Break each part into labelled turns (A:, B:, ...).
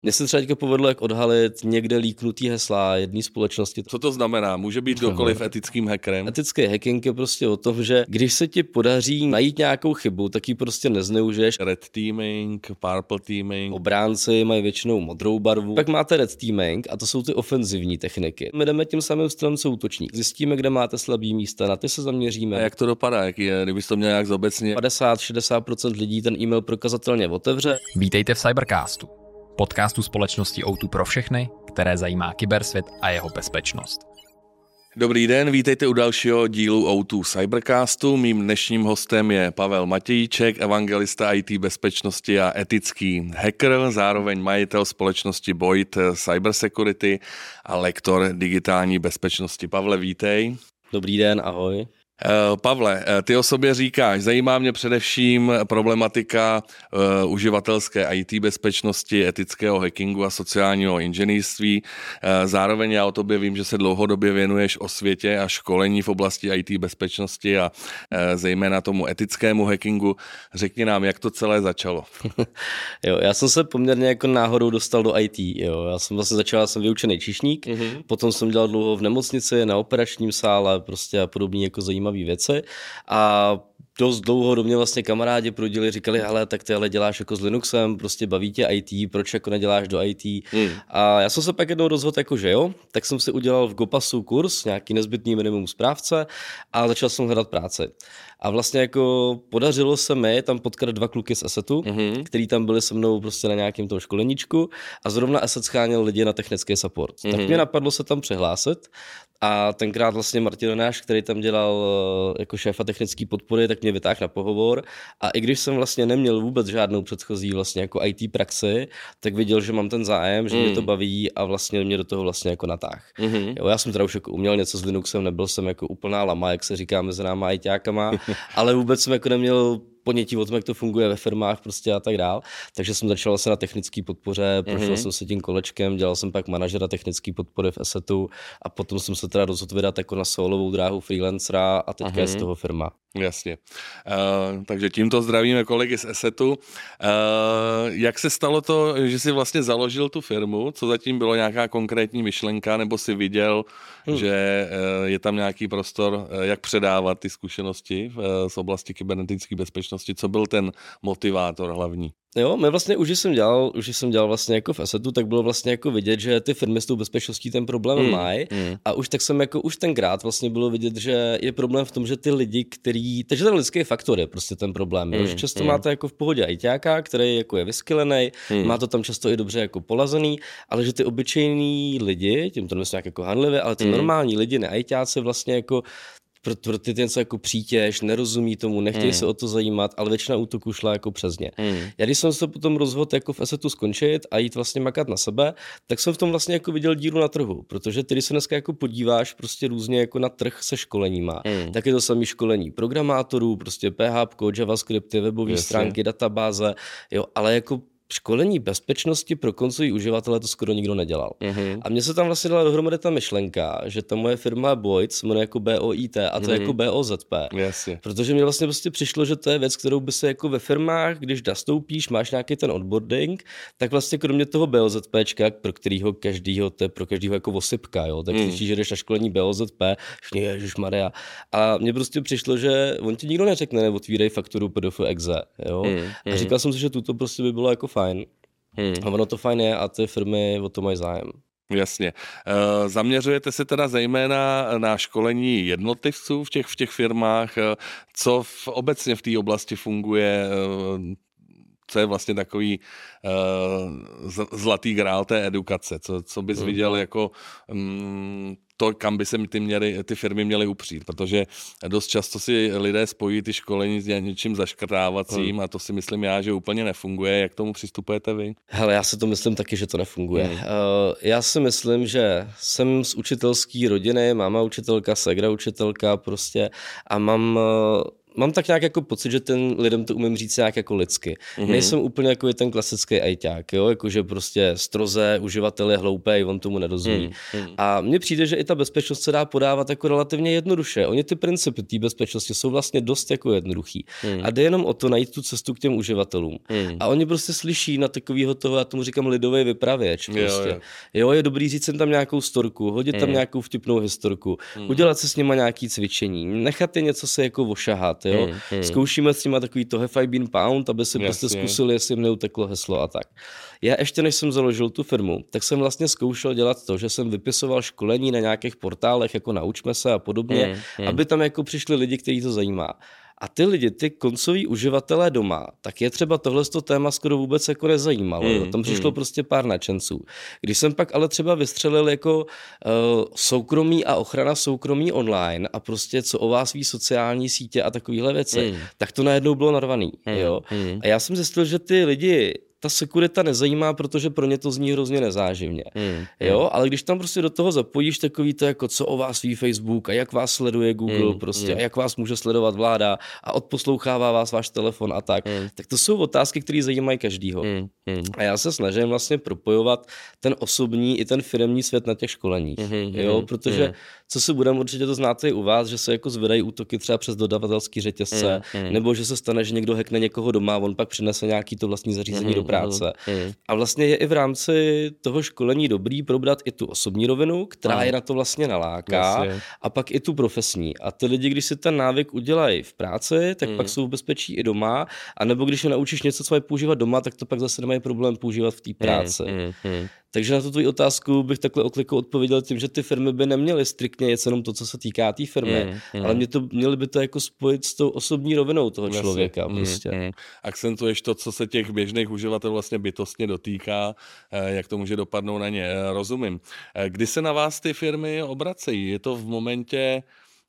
A: Mně se třeba povedlo, jak odhalit někde líknutý hesla jedné společnosti.
B: Co to znamená? Může být kdokoliv etickým hackerem?
A: Etický hacking je prostě o tom, že když se ti podaří najít nějakou chybu, tak ji prostě nezneužiješ.
B: Red teaming, purple teaming.
A: Obránci mají většinou modrou barvu. Pak máte red teaming a to jsou ty ofenzivní techniky. My jdeme tím samým stylem co útočník. Zjistíme, kde máte slabý místa, na ty se zaměříme.
B: A jak to dopadá? Kdybys to měl nějak zobecně?
A: 50-60% lidí ten e-mail prokazatelně otevře.
C: Vítejte v Cybercastu, podcastu společnosti O2 pro všechny, které zajímá kybersvět a jeho bezpečnost.
B: Dobrý den, vítejte u dalšího dílu O2 Cybercastu. Mým dnešním hostem je Pavel Matějíček, evangelista IT bezpečnosti a etický hacker, zároveň majitel společnosti Boyd Cybersecurity a lektor digitální bezpečnosti. Pavle, vítej.
A: Dobrý den, ahoj.
B: Pavle, ty o sobě říkáš, zajímá mě především problematika uživatelské IT bezpečnosti, etického hackingu a sociálního inženýrství. Zároveň já o tobě vím, že se dlouhodobě věnuješ osvětě a školení v oblasti IT bezpečnosti a zejména tomu etickému hackingu. Řekni nám, jak to celé začalo.
A: Jo, já jsem se poměrně jako náhodou dostal do IT. Jo. Já jsem vlastně začal, jsem vyučený číšník, potom jsem dělal dlouho v nemocnici, na operačním sále prostě a podobně jako zajímavé věci a dost dlouho do mě vlastně kamarádi prudili, říkali, hele, tak ty ale děláš jako s Linuxem, prostě baví tě IT, proč jako neděláš do IT? A já jsem se pak jednou rozhodl jako, že jo, tak jsem si udělal v Gopasu kurz, nějaký nezbytný minimum správce a začal jsem hledat práci. A vlastně jako podařilo se mi tam potkat dva kluky z ESETu, který tam byli se mnou prostě na nějakém tom školeníčku a zrovna ESET scháněl lidi na technický support. Tak mě napadlo se tam přihlásit a tenkrát vlastně Martin Donáš, který tam dělal jako šéfa technické podpory, tak mě vytáhl na pohovor a i když jsem vlastně neměl vůbec žádnou předchozí vlastně jako IT praxi, tak viděl, že mám ten zájem, že mě to baví a vlastně mě do toho vlastně jako natáhl. Jo, já jsem teda už jako uměl něco s Linuxem, nebyl jsem jako úplná lama, jak se říká mezi náma ITákama, ale vůbec jsem jako neměl ponětí o tom, jak to funguje ve firmách prostě a tak dál. Takže jsem začal se na technické podpoře, prošel jsem se tím kolečkem, dělal jsem pak manažera technické podpory v ESETu a potom jsem se teda rozhodl vydat jako na solovou dráhu freelancera a teďka je z toho firma.
B: Jasně. Takže tímto zdravíme kolegy z ESETu. Jak se stalo to, že jsi vlastně založil tu firmu? Co zatím bylo, nějaká konkrétní myšlenka, nebo jsi viděl, že je tam nějaký prostor, jak předávat ty zkušenosti z oblasti kybernetické bezpečnosti? Co byl ten motivátor hlavní?
A: Jo, my vlastně už jsem dělal vlastně jako v ESETu, tak bylo vlastně jako vidět, že ty firmy s tou bezpečností ten problém mají a už tak jsem jako už tenkrát vlastně bylo vidět, že je problém v tom, že ty lidi, takže ten lidský faktor je prostě ten problém, že často máte jako v pohodě ajťáka, který jako je vyskylený, má to tam často i dobře jako polazený, ale že ty obyčejní lidi, tím to nemyslím jako hanlivě, ale ty normální lidi, ne ajťáci vlastně jako pro ty něco jako přítěž, nerozumí tomu, nechtějí se o to zajímat, ale většina útoků šla jako přes ně. Já když jsem se potom rozhodl jako v ESETu skončit a jít vlastně makat na sebe, tak jsem v tom vlastně jako viděl díru na trhu, protože ty, když se dneska jako podíváš prostě různě jako na trh se školeníma, tak je to samý školení programátorů, prostě PHP, JavaScripty, webové stránky, databáze, jo, ale jako školení bezpečnosti pro koncový uživatele to skoro nikdo nedělal. A mně se tam vlastně dala dohromady ta myšlenka, že ta moje firma Boyd se jmenuje jako BOIT a to je jako BOZP. Protože mně vlastně prostě přišlo, že to je věc, kterou by se jako ve firmách, když nastoupíš, máš nějaký ten onboarding, tak vlastně kromě toho BOZPčka, pro kterýho každýho, to je pro každýho jako osypka, jo, tak slyšíš, že jdeš na školení BOZP, ježišmarja. A mně prostě přišlo, že on ti nikdo neřekne, neotvírej fakturu PDF exe, jo. A říkal jsem si, že tuto prostě by bylo jako fajn. A ono to fajn je a ty firmy o to mají zájem.
B: Jasně. Zaměřujete se teda zejména na školení jednotlivců v těch firmách, co obecně v té oblasti funguje, co je vlastně takový zlatý grál té edukace, co bys viděl jako to, kam by se ty firmy měly upřít, protože dost často si lidé spojí ty školení s něčím zaškrtávacím a to si myslím já, že úplně nefunguje. Jak k tomu přistupujete vy?
A: Hele, já si to myslím taky, že to nefunguje. Já si myslím, že jsem z učitelské rodiny, máma učitelka, segra učitelka prostě a mám mám tak nějak jako pocit, že ten lidem to umím říct nějak jako lidsky. Nejsem úplně jako ten klasický ajťák, jo, jakože prostě stroze, uživatel je hloupej, on tomu nerozumí. A mně přijde, že i ta bezpečnost se dá podávat jako relativně jednoduše. Oni ty principy té bezpečnosti jsou vlastně dost jako jednoduchý. A jde jenom o to najít tu cestu k těm uživatelům. A oni prostě slyší na takovýho toho, já tomu říkám lidový vypravěč. Prostě. Jo, je dobrý říct sem tam nějakou storku, hodit tam nějakou vtipnou historku, udělat si s nima nějaký cvičení, nechat je něco se jako ošahat, jo. Zkoušíme s nima takový to have I been pound, aby si prostě zkusili, jestli jim neuteklo heslo a tak. Já ještě než jsem založil tu firmu, tak jsem vlastně zkoušel dělat to, že jsem vypisoval školení na nějakých portálech, jako Naučme se a podobně, aby tam jako přišli lidi, kteří to zajímá. A ty lidi, ty koncoví uživatelé doma, tak je třeba tohleto téma skoro vůbec jako nezajímalo. Tam přišlo prostě pár nadšenců. Když jsem pak ale třeba vystřelil jako soukromí a ochrana soukromí online a prostě co o vás ví sociální sítě a takovéhle věci, tak to najednou bylo narvaný. Jo? A já jsem zjistil, že ty lidi ta sekurita nezajímá, protože pro ně to zní hrozně nezáživně. Jo, ale když tam prostě do toho zapojíš takový to, jako co o vás ví Facebook a jak vás sleduje Google prostě a jak vás může sledovat vláda a odposlouchává vás váš telefon a tak to jsou otázky, které zajímají každýho. A já se snažím vlastně propojovat ten osobní i ten firemní svět na těch školeních. Jo, protože co si budeme, určitě to znáte i u vás, že se jako zvedají útoky třeba přes dodavatelský řetězce, nebo že se stane, že někdo hackne někoho doma, on pak přinese nějaký to vlastní zařízení do práce. A vlastně je i v rámci toho školení dobrý probrat i tu osobní rovinu, která je na to vlastně naláká, a pak i tu profesní. A ty lidi, když si ten návyk udělají v práci, tak pak jsou v bezpečí i doma, a nebo když je naučíš něco, co mají používat doma, tak to pak zase nemají problém používat v té práci. Takže na tu tvoji otázku bych takhle oklikou odpověděl tím, že ty firmy by neměly striktně jet jenom to, co se týká té firmy, ale měly by to jako spojit s tou osobní rovinou toho člověka. Prostě.
B: Akcentuješ to, co se těch běžných uživatelů vlastně bytostně dotýká, jak to může dopadnout na ně. Rozumím. Kdy se na vás ty firmy obracejí? Je to v momentě,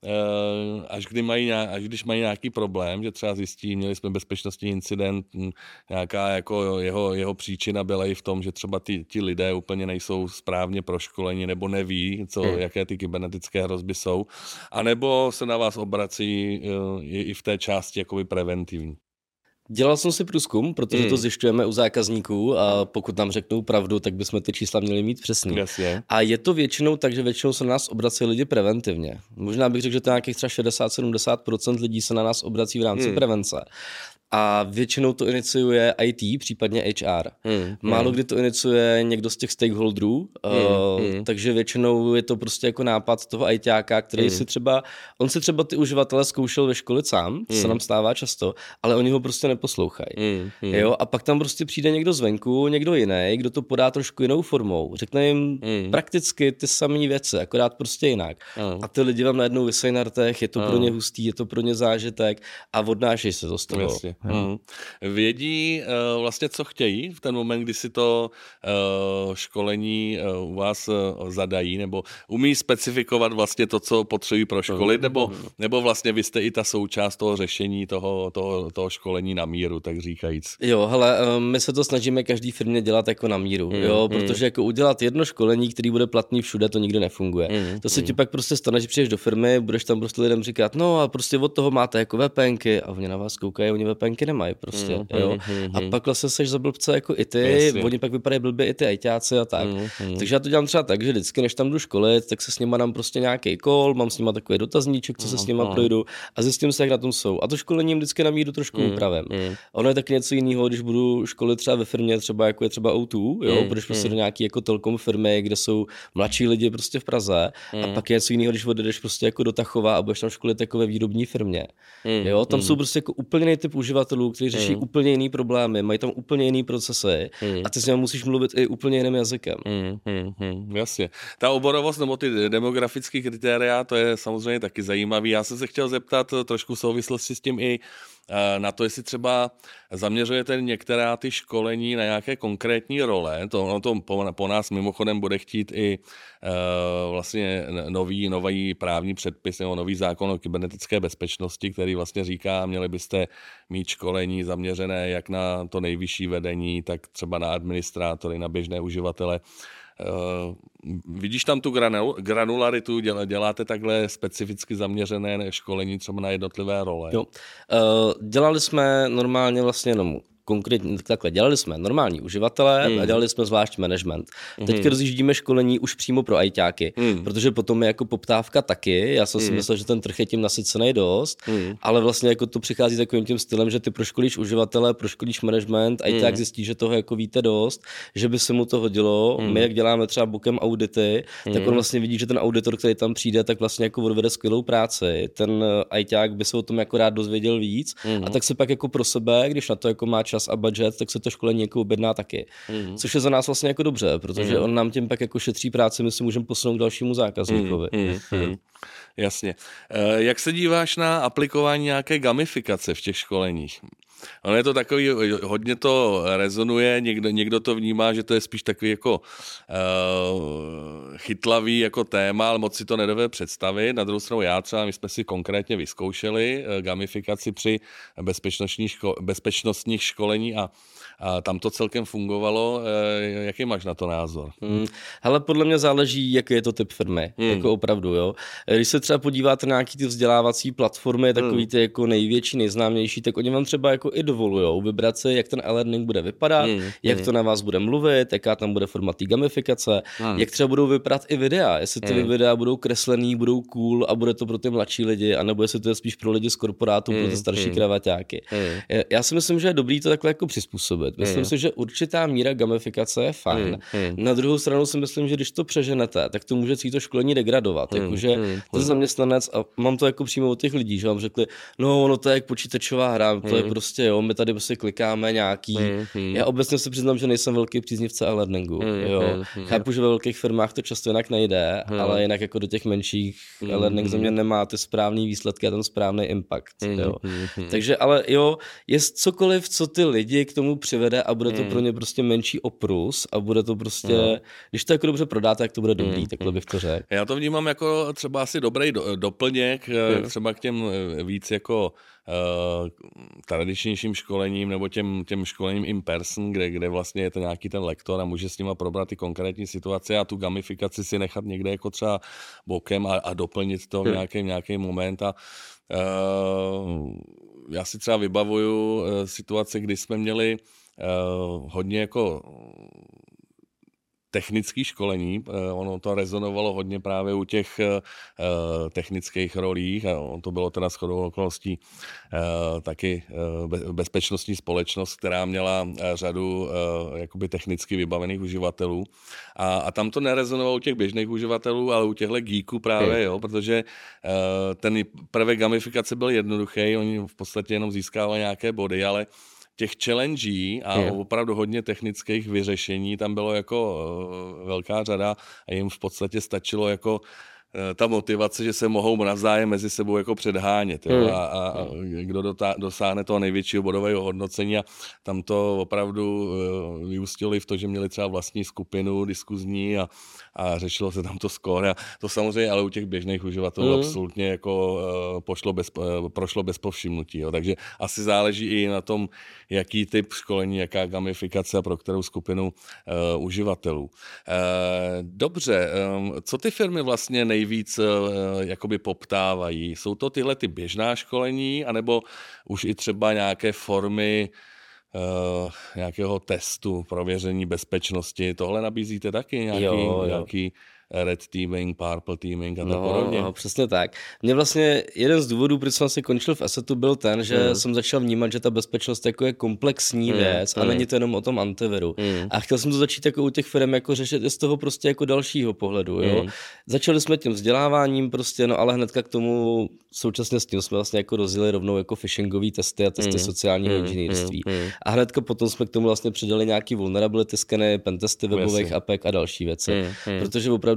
B: až když mají nějaký problém, že třeba zjistí, měli jsme bezpečnostní incident, nějaká jako jeho příčina byla i v tom, že třeba ti lidé úplně nejsou správně proškoleni nebo neví, jaké ty kybernetické hrozby jsou, anebo se na vás obrací i v té části jakoby preventivní.
A: Dělal jsem si průzkum, protože to zjišťujeme u zákazníků, a pokud nám řeknou pravdu, tak bychom ty čísla měli mít přesný.
B: Jasně.
A: A je to většinou tak, že většinou se na nás obrací lidi preventivně. Možná bych řekl, že to nějakých třeba 60-70% lidí se na nás obrací v rámci prevence. A většinou to iniciuje IT, případně HR. Málo kdy to iniciuje někdo z těch stakeholderů, takže většinou je to prostě jako nápad toho ITáka, který on si třeba ty uživatele zkoušel ve škole sám, to se nám stává často, ale oni ho prostě neposlouchají. Jo? A pak tam prostě přijde někdo zvenku, někdo jiný, kdo to podá trošku jinou formou. Řekne jim prakticky ty samé věci, akorát prostě jinak. A ty lidi vám najednou vysejí na rtech, je to pro ně hustý, je to pro ně zážitek a odnášejí se to z toho.
B: Vědí vlastně, co chtějí v ten moment, kdy si to školení u vás zadají, nebo umí specifikovat vlastně to, co potřebují pro školy, nebo vlastně vy jste i ta součást toho řešení, toho školení na míru, tak říkajíc.
A: Jo, hele, my se to snažíme každý firmě dělat jako na míru, jo, protože jako udělat jedno školení, který bude platný všude, to nikdy nefunguje. To se ti pak prostě stane, že přijdeš do firmy, budeš tam prostě lidem říkat, no a prostě od toho máte jako VPNky, a oni na vás koukají, oni VPNky nemají prostě, jo. A pak vlastně seš za blbce jako i ty, oni pak vypadají blbě i ty ajťáci a tak. Takže já to dělám třeba tak, že vždycky, než tam jdu školit, tak se s nima dám prostě nějaký call, mám s nima takový dotazníček, co se s nima projdu, a zjistím se, jak na tom jsou. A to školení vždycky na míru trošku upravím. Ono je taky něco jiného, když budu školit třeba ve firmě, třeba jako je třeba O2, jo, protože prostě do nějaký jako telkom firmy, kde jsou mladší lidi prostě v Praze, a pak je něco jiného, když odjedeš prostě jako do Tachova a budeš tam školit jako ve výrobní firmě. Jo, tam jsou prostě jako úplně jiný typ uživatelů, kteří řeší úplně jiný problémy, mají tam úplně jiný procesy a ty s nimi musíš mluvit i úplně jiným jazykem.
B: Jasně. Ta oborovost nebo ty demografické kritéria, to je samozřejmě taky zajímavý. Já jsem se chtěl zeptat trošku v souvislosti s tím i na to, jestli třeba zaměřujete některá ty školení na nějaké konkrétní role. To po nás mimochodem bude chtít i vlastně nový právní předpis nebo nový zákon o kybernetické bezpečnosti, který vlastně říká, měli byste mít školení zaměřené jak na to nejvyšší vedení, tak třeba na administrátory, na běžné uživatele Vidíš tam tu granularitu, děláte takhle specificky zaměřené školení třeba na jednotlivé role?
A: Jo. Dělali jsme normálně vlastně jenom konkrétně takhle, dělali jsme normální uživatelé a dělali jsme zvlášť management. Teď rozjíždíme školení už přímo pro ajťáky, protože potom je jako poptávka taky. Já jsem si myslel, že ten trh je tím nasycený dost, ale vlastně jako to přichází takovým tím stylem, že ty proškolíš uživatele, proškolíš management, ajťák zjistí, že toho jako víte dost, že by se mu to hodilo. My jak děláme třeba bokem audity, tak on vlastně vidí, že ten auditor, který tam přijde, tak vlastně jako odvede skvělou práci. Ten ajťák by se o tom jako rád dozvěděl víc a tak se pak jako pro sebe, když na to jako má čas a budget, tak se to školení jako objedná taky. Což je za nás vlastně jako dobře, protože on nám tím pak jako šetří práci, my si můžeme posunout k dalšímu zákazníkovi.
B: Jasně. Jak se díváš na aplikování nějaké gamifikace v těch školeních? Ono je to takový, hodně to rezonuje, někdo to vnímá, že to je spíš takový jako chytlavý jako téma, ale moc si to nedovede představit. Na druhou stranu my jsme si konkrétně vyzkoušeli gamifikaci při bezpečnostních školení a tam to celkem fungovalo. Jaký máš na to názor?
A: Hele, podle mě záleží, jaký je to typ firmy, jako opravdu, jo. Když se třeba podíváte na nějaký ty vzdělávací platformy, takový ty jako největší, nejznámější, tak oni vám třeba jako i dovolujou vybrat si, jak ten e-learning bude vypadat, jak to na vás bude mluvit, jaká tam bude forma té gamifikace, jak třeba budou vypadat i videa, jestli ty videa budou kreslený, budou cool a bude to pro ty mladší lidi, anebo jestli to je spíš pro lidi z korporátu, pro ty starší kravaťáky. Já si myslím, že je dobrý to takhle jako přizpůsobit. Myslím si, že určitá míra gamifikace je fajn. Na druhou stranu si myslím, že když to přeženete, tak to může to školení degradovat. Jakože ten zaměstnanec, a mám to jako přímo od těch lidí, že vám řekli, no ono to je jak počítačová hra, to je prostě jo, my tady prostě klikáme nějaký. Já obecně si přiznám, že nejsem velký příznivce e-learningu. Chápu, že ve velkých firmách to často jinak nejde, ale jinak jako do těch menších e-learning za mě nemá ty správný výsledky a ten správný impact. Jo. Takže ale jo, je cokoliv, co ty lidi k tomu přivede a bude to pro ně prostě menší oprus a bude to prostě, když to jako dobře prodáte, tak to bude dobrý, takhle bych to řekl.
B: Já to vnímám jako třeba asi dobrý doplněk, třeba k těm víc jako tradičnějším školením nebo těm školením in person, kde vlastně je to nějaký ten lektor a může s nima probrat ty konkrétní situace a tu gamifikaci si nechat někde jako třeba bokem a doplnit to v nějaký moment a já si třeba vybavuju situace, kdy jsme měli hodně jako technické školení, ono to rezonovalo hodně právě u těch technických rolích a on to bylo teda shodou okolností taky bezpečnostní společnost, která měla řadu jakoby technicky vybavených uživatelů a tam to nerezonovalo u těch běžných uživatelů, ale u těchto geeků právě, jo, protože ten prvek gamifikace byl jednoduchý, oni v podstatě jenom získávali nějaké body, ale těch challenge a opravdu hodně technických vyřešení tam bylo jako velká řada a jim v podstatě stačilo jako ta motivace, že se mohou navzájem mezi sebou jako předhánět. Jo? A kdo dosáhne toho největšího bodového hodnocení a tam to opravdu vyústilo i v to, že měli třeba vlastní skupinu diskuzní a řešilo se tam to skóre. A to samozřejmě ale u těch běžných uživatelů absolutně jako prošlo bez povšimnutí. Jo? Takže asi záleží i na tom, jaký typ školení, jaká gamifikace a pro kterou skupinu uživatelů. Dobře, co ty firmy vlastně nejvíc jakoby poptávají? Jsou to tyhle ty běžná školení, anebo už i třeba nějaké formy nějakého testu, prověření bezpečnosti? Tohle nabízíte taky? Nějaký red teaming, purple teaming a tak podobně?
A: No, přesně tak. Mně vlastně jeden z důvodů, proč jsem si končil v Assetu, byl ten, že jsem začal vnímat, že ta bezpečnost jako je komplexní věc a není to jenom o tom antiviru. A chtěl jsem to začít jako u těch firm jako řešit z toho prostě jako dalšího pohledu. Jo? Začali jsme tím vzděláváním prostě, no ale hnedka k tomu současně s tím jsme vlastně jako rozjeli rovnou jako phishingové testy a testy sociálního inženýrství. A hnedka potom jsme k tomu vlastně přidali nějaký vulnerability skany, pentesty webových apek a další věci. Protože opravdu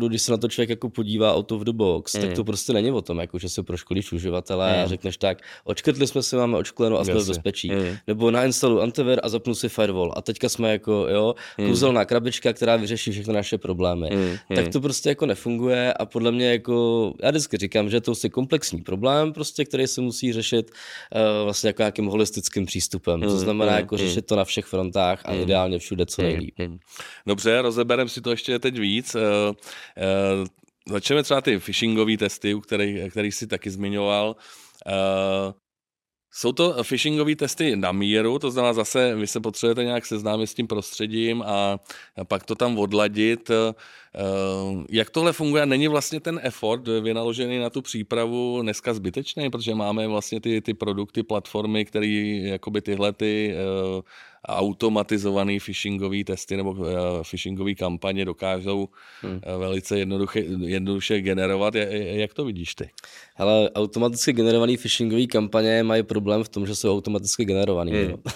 A: opravdu, když se na to člověk jako podívá out of the box, tak to prostě není o tom, jako že se proškolíš uživatele a řekneš tak, odškrtli jsme si, máme odškleno a jsme v bezpečí. Nebo nainstaluji antivir a zapnu si firewall a teďka jsme jako, kouzelná krabička, která vyřeší všechny naše problémy. Tak to prostě jako nefunguje a podle mě jako, já vždycky říkám, že to je komplexní problém, prostě, který se musí řešit vlastně jako nějakým holistickým přístupem. To znamená jako řešit to na všech frontách a ideálně všude co nejlíp.
B: Dobře, rozebereme si to ještě teď víc. Začneme třeba ty phishingové testy, u kterých jsi taky zmiňoval. Jsou to phishingové testy na míru, to znamená zase, vy se potřebujete nějak seznámit s tím prostředím a pak to tam odladit. Jak tohle funguje? Není vlastně ten effort vynaložený na tu přípravu dneska zbytečný, protože máme vlastně ty produkty, platformy, které jakoby tyhle automatizované phishingové testy nebo phishingové kampaně dokážou velice jednoduše generovat. Jak to vidíš ty?
A: Hele, automaticky generované phishingové kampaně mají problém v tom, že jsou automaticky generované.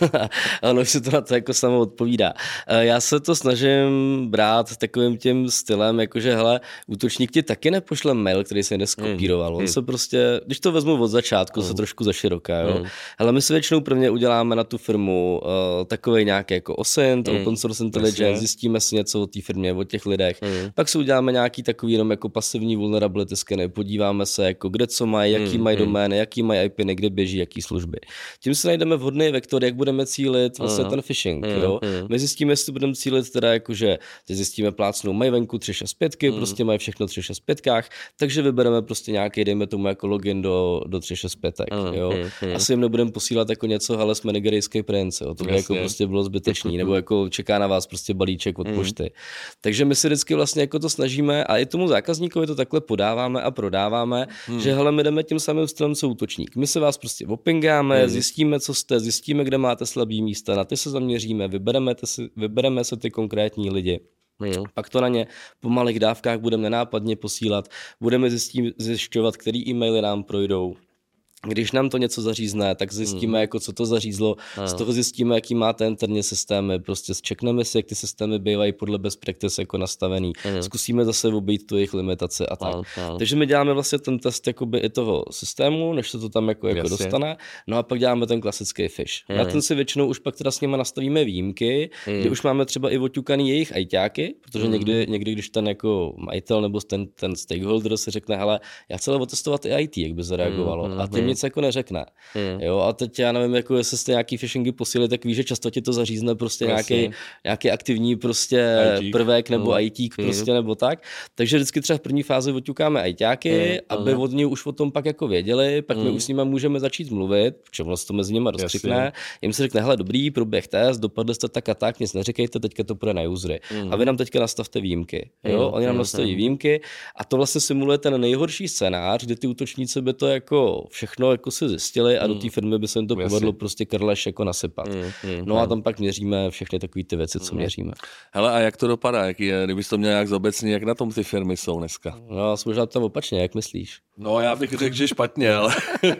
A: Ono už se to na to jako samo odpovídá. Já se to snažím brát takovým tím stylem, jakože hele, útočník ti taky nepošle mail, který se neskopíroval. On se prostě, když to vezmu od začátku, se trošku zaširoka, jo. Hele, my si většinou prvně uděláme na tu firmu takovej nějaký jako OSINT, Open Source Intelligence, zjistíme si něco o té firmě, o těch lidech. Pak si uděláme nějaký takový jenom jako pasivní vulnerability scan, podíváme se, jako kde co mají, jaký mají domény, jaký mají IP, kde běží, jaký služby. Tím si najdeme vhodný vektor, jak budeme cílit vlastně ten phishing, jo. My zjistíme, jestli budeme cílit teda jakože zjistíme plácnou mají venku 365, prostě mají všechno 365, takže vybereme prostě nějaký, dejme tomu jako login do 365, jo. Asi jim nebudeme posílat jako něco, ale jsme nigerijský princ, jo. To by jako prostě bylo zbytečný, nebo jako čeká na vás prostě balíček od pošty. Takže my si vždycky vlastně jako to snažíme a i tomu zákazníkovi to takhle podáváme a prodáváme, že hele, my jdeme tím samým stylem co útočník. My se vás prostě opingáme, zjistíme, co jste, zjistíme, kde máte slabý místa, na ty se zaměříme, vybereme se ty konkrétní lidi. Pak to na ně po malých dávkách budeme nenápadně posílat, budeme zjišťovat, který e-maily nám projdou. Když nám to něco zařízne, tak zjistíme, jako co to zařízlo, z toho zjistíme, jaký máte interně systémy, prostě zčekneme si, jak ty systémy bývají podle best practice jako nastavený, zkusíme zase obejít tu jejich limitace a tak. Takže my děláme vlastně ten test jakoby i toho systému, než se to tam jako dostane, no a pak děláme ten klasický phish. Na ten si většinou už pak teda s nimi nastavíme výjimky, kdy už máme třeba i oťukaný jejich ajťáky, protože někdy, když ten jako majitel nebo ten stakeholder si řekne, hele, já chci otestovat i IT, jak by zareagovalo. A ty nic jako neřekne. Jo, a teď já nevím, jako jestli jste nějaký phishingy posílili, tak víš, že často ti to zařízne prostě nějaký aktivní prostě prvek nebo ITík prostě nebo tak. Takže vždycky třeba v první fázi oťukáme ITáky, aby od ní už o tom pak jako věděli, pak my už s nimi můžeme začít mluvit, protože vlastně to mezi nimi rozkřikne. Jim se řekne, hele, dobrý, proběh test, dopadli jste tak a tak, nic neříkejte, teďka to půjde na usery. A vy nám teďka nastavte výjimky. Jo, oni nám nastaví výjimky a to vlastně simuluje ten nejhorší scénář, kdy ty útočníci by to jako všechno jako si zjistili a do té firmy by se jim to povedlo prostě krleš jako nasypat. No a tam pak měříme všechny takové ty věci, co měříme.
B: Hele, a jak to dopadá? Kdybys to měl nějak zobecně, jak na tom ty firmy jsou dneska?
A: No, možná tam opačně, jak myslíš?
B: No, já bych řekl, že špatně, ale...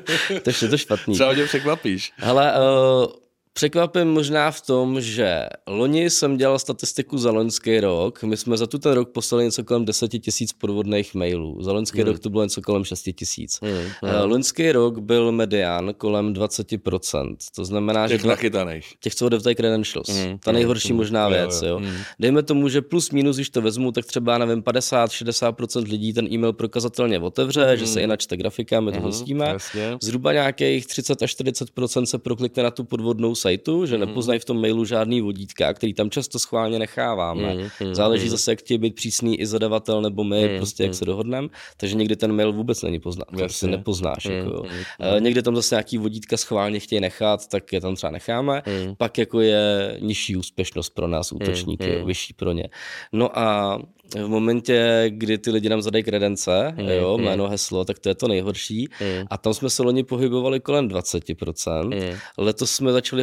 A: To je to špatný.
B: Třeba mě překvapíš.
A: Hele, překvapím možná v tom, že loni jsem dělal statistiku za loňský rok. My jsme za ten rok poslali něco kolem 10 000 podvodných mailů. Za loňský rok to bylo něco kolem 6 000. Loňský rok byl medián kolem 20%. To znamená,
B: těch nachytaných.
A: Těch, co odevzdají credentials. Ta nejhorší možná věc. Jo. Dejme tomu, že plus minus, když to vezmu, tak třeba, nevím, 50-60% lidí ten e-mail prokazatelně otevře, že se i načte grafika, my to hostíme. Zhruba nějakých 30 až 40% se proklikne na tu podvodnou sajtu, že nepoznají v tom mailu žádný vodítka, který tam často schválně necháváme. Záleží zase, jak chtějí být přísný i zadavatel nebo my, prostě jak se dohodneme, takže někdy ten mail vůbec není poznat, prostě nepoznáš. Jako, někdy tam zase nějaký vodítka schválně chtějí nechat, tak je tam třeba necháme, pak jako je nižší úspěšnost pro nás útočníky, vyšší pro ně. No a v momentě, kdy ty lidi nám zadají kredence, jméno, heslo, tak to je to nejhorší. A tam jsme se loni pohybovali kolem 20%. Letos jsme začali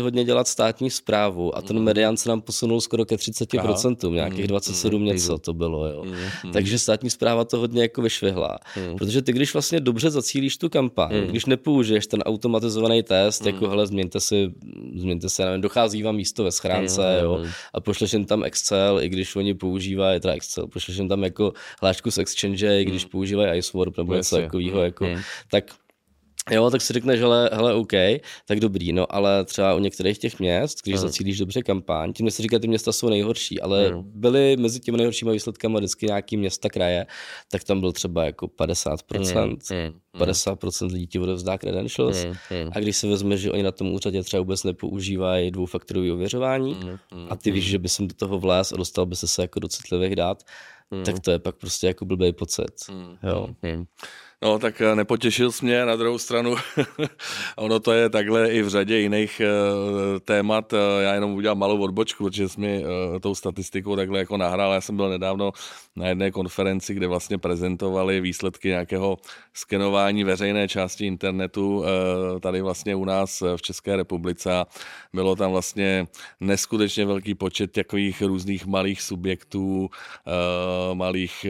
A: hodně dělat státní správu a ten medián se nám posunul skoro ke 30%, nějakých 27 něco to bylo, jo. Takže státní správa to hodně jako vyšvihla, protože ty, když vlastně dobře zacílíš tu kampaň, když nepoužiješ ten automatizovaný test, jako hele, změňte si, nevím, dochází vám místo ve schránce, jo, a pošleš jen tam Excel, i když oni používají, teda Excel, pošleš jen tam jako hlášku z Exchange, i když používají Icewarp nebo něco takového, jako, tak jo, tak si řekneš, hele, OK, tak dobrý, no, ale třeba u některých těch měst, když zacílíš dobře kampaň, tím nechci říkat, ty města jsou nejhorší, ale byly mezi těmi nejhoršími výsledkami vždycky nějaký města, kraje, tak tam byl třeba jako 50%, 50% lidí ti odevzdá credentials a když se vezme, že oni na tom úřadě třeba vůbec nepoužívají dvoufaktorové ověřování a ty víš, že by jsem do toho vléz a dostal by se jako do citlivých dat, tak to je pak prostě jako blbej pocit, jo.
B: No, tak nepotěšil jsi mě, na druhou stranu ono to je takhle i v řadě jiných témat, já jenom udělám malou odbočku, protože jsi mi tou statistikou takhle jako nahrál, já jsem byl nedávno na jedné konferenci, kde vlastně prezentovali výsledky nějakého skenování veřejné části internetu tady vlastně u nás v České republice a bylo tam vlastně neskutečně velký počet takových různých malých subjektů, malých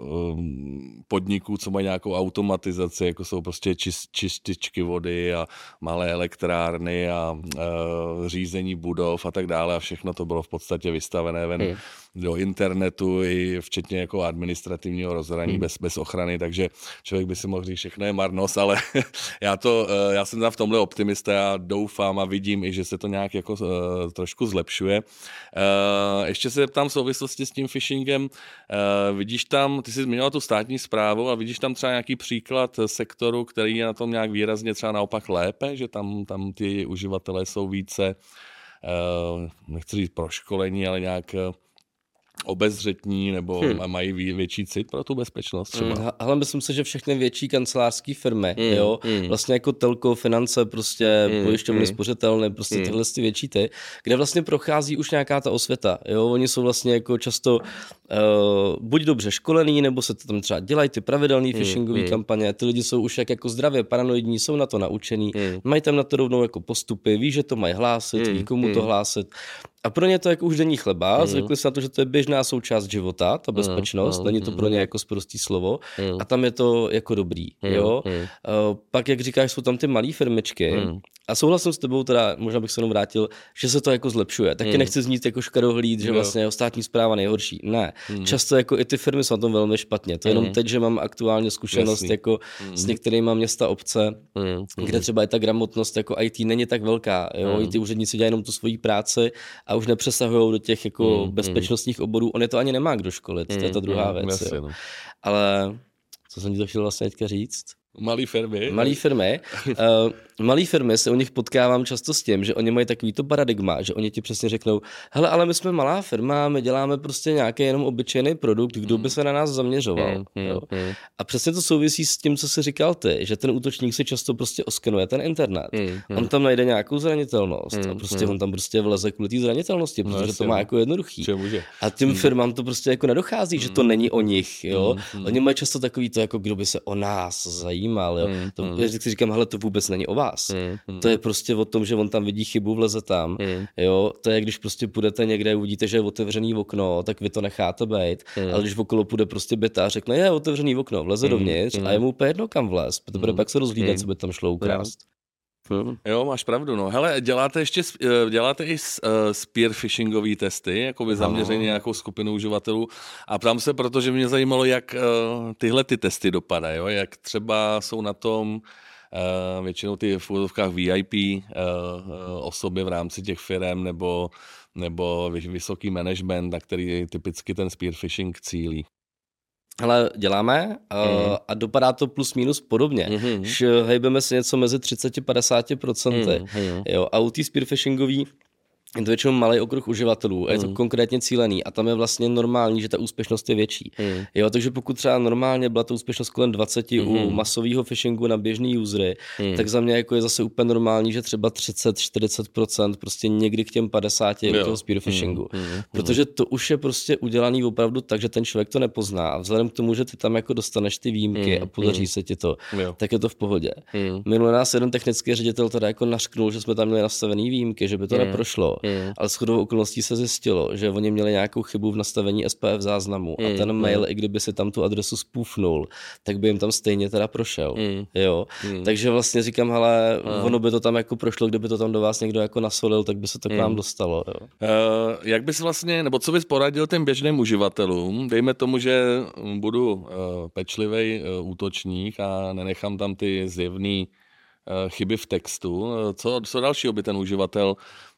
B: podniků, co mají nějakou automatizaci, jako jsou prostě čističky vody a malé elektrárny a řízení budov a tak dále a všechno to bylo v podstatě vystavené ven do internetu i včetně jako administrativního rozhraní bez ochrany, takže člověk by si mohl říct, všechno je marnost, ale já jsem tam v tomhle optimista, já doufám a vidím i, že se to nějak jako trošku zlepšuje. Ještě se zeptám v souvislosti s tím phishingem, vidíš tam, ty jsi zmiňoval tu státní správu a vidíš tam třeba nějaký příklad sektoru, který je na tom nějak výrazně třeba naopak lépe, že tam ty uživatelé jsou více, nechci říct proškolení, ale nějak obezřetní nebo mají větší cit pro tu bezpečnost třeba.
A: Ale myslím si, že všechny větší kancelářské firmy, jo, vlastně jako telko, finance, prostě pojišťovny, spořitelny, prostě tyhle ty větší kde vlastně prochází už nějaká ta osvěta, jo, oni jsou vlastně jako často buď dobře školení, nebo se tam třeba dělají ty pravidelné phishingové kampaně, ty lidi jsou už jako zdravě paranoidní, jsou na to naučení, mají tam na to rovnou jako postupy, ví, že to mají hlásit, ví, komu to hlásit. A pro ně to jako už denní chleba, zvykli se na to, že to je běžná součást života, ta bezpečnost, není to pro ně jako sprostý slovo a tam je to jako dobrý, jo. Pak, jak říkáš, jsou tam ty malé firmičky a souhlasím s tebou, teda možná bych se jenom vrátil, že se to jako zlepšuje. Taky nechci znít jako škarohlíd, že vlastně státní správa nejhorší. Ne, často jako i ty firmy jsou na tom velmi špatně. To je jenom teď, že mám aktuálně zkušenost jako s některýma města, obce, kde třeba je ta gramotnost jako IT není tak velká, jo. Ty úředníci dělají jenom tu svoji práci a už nepřesahují do těch jako bezpečnostních oborů. On je to ani nemá kdo školit, to je ta druhá věc. Jo. Ale co jsem ti to chtěl vlastně teďka říct?
B: Malý firmy. Malý firmy se u nich potkávám často s tím, že oni mají takovýto paradigma, že oni ti přesně řeknou, hele, ale my jsme malá firma, my děláme prostě nějaký jenom obyčejný produkt, kdo by se na nás zaměřoval. Jo? A přesně to souvisí s tím, co jsi říkal ty, že ten útočník si často prostě oskenuje ten internet. On tam najde nějakou zranitelnost a prostě on tam prostě vleze kvůli té zranitelnosti, protože to má jako jednoduchý. A tím firmám to prostě jako nedochází, že to není o nich. Jo? Oni mají často takový to, jako kdo by se o nás zajímal. Jo? To, si říkám, hele, to vůbec není o vás. To je prostě o tom, že on tam vidí chybu, vleze tam. Jo? To je, když prostě půjdete někde, uvidíte, že je otevřený okno, tak vy to necháte být. Ale když okolo půjde prostě byta a řekne, je otevřený okno, vleze dovnitř a je mu úplně jedno, kam vlez. Protože pak se rozhlídne, co by tam šlo ukrást. Jo, máš pravdu, no. Hele, děláte i spear phishingový testy, jakoby zaměřený nějakou skupinu uživatelů a ptám se, protože mě zajímalo, jak tyhle ty testy dopadají, jo? Jak třeba jsou na tom většinou ty v úvodovkách VIP osoby v rámci těch firem nebo vysoký management, na který typicky ten spear phishing cílí.
A: Ale děláme a dopadá to plus minus podobně. Hejbeme si něco mezi 30-50%. Jo, a u té spear phishingový je to většinou malý okruh uživatelů a je to konkrétně cílený a tam je vlastně normální, že ta úspěšnost je větší. Jo, takže pokud třeba normálně byla ta úspěšnost kolem 20 u masového phishingu na běžný usery, tak za mě jako je zase úplně normální, že třeba 30-40% prostě někdy k těm 50 u toho spear phishingu. Protože to už je prostě udělaný opravdu tak, že ten člověk to nepozná. A vzhledem k tomu, že ty tam jako dostaneš ty výjimky a podaří se ti to, tak je to v pohodě. Minule nás jeden technický ředitel teda jako nařknul, že jsme tam měli nastavený výjimky, že by to neprošlo. Ale shodou okolností se zjistilo, že oni měli nějakou chybu v nastavení SPF záznamu a ten mail, i kdyby si tam tu adresu spoofnul, tak by jim tam stejně teda prošel. Jo? Takže vlastně říkám, hele, ono by to tam jako prošlo, kdyby to tam do vás někdo jako nasolil, tak by se to k vám dostalo. Jo?
B: Jak bys vlastně, nebo co bys poradil těm běžným uživatelům? Dejme tomu, že budu pečlivý útočník a nenechám tam ty zjevné chyby v textu. Co dalšího by ten uživatel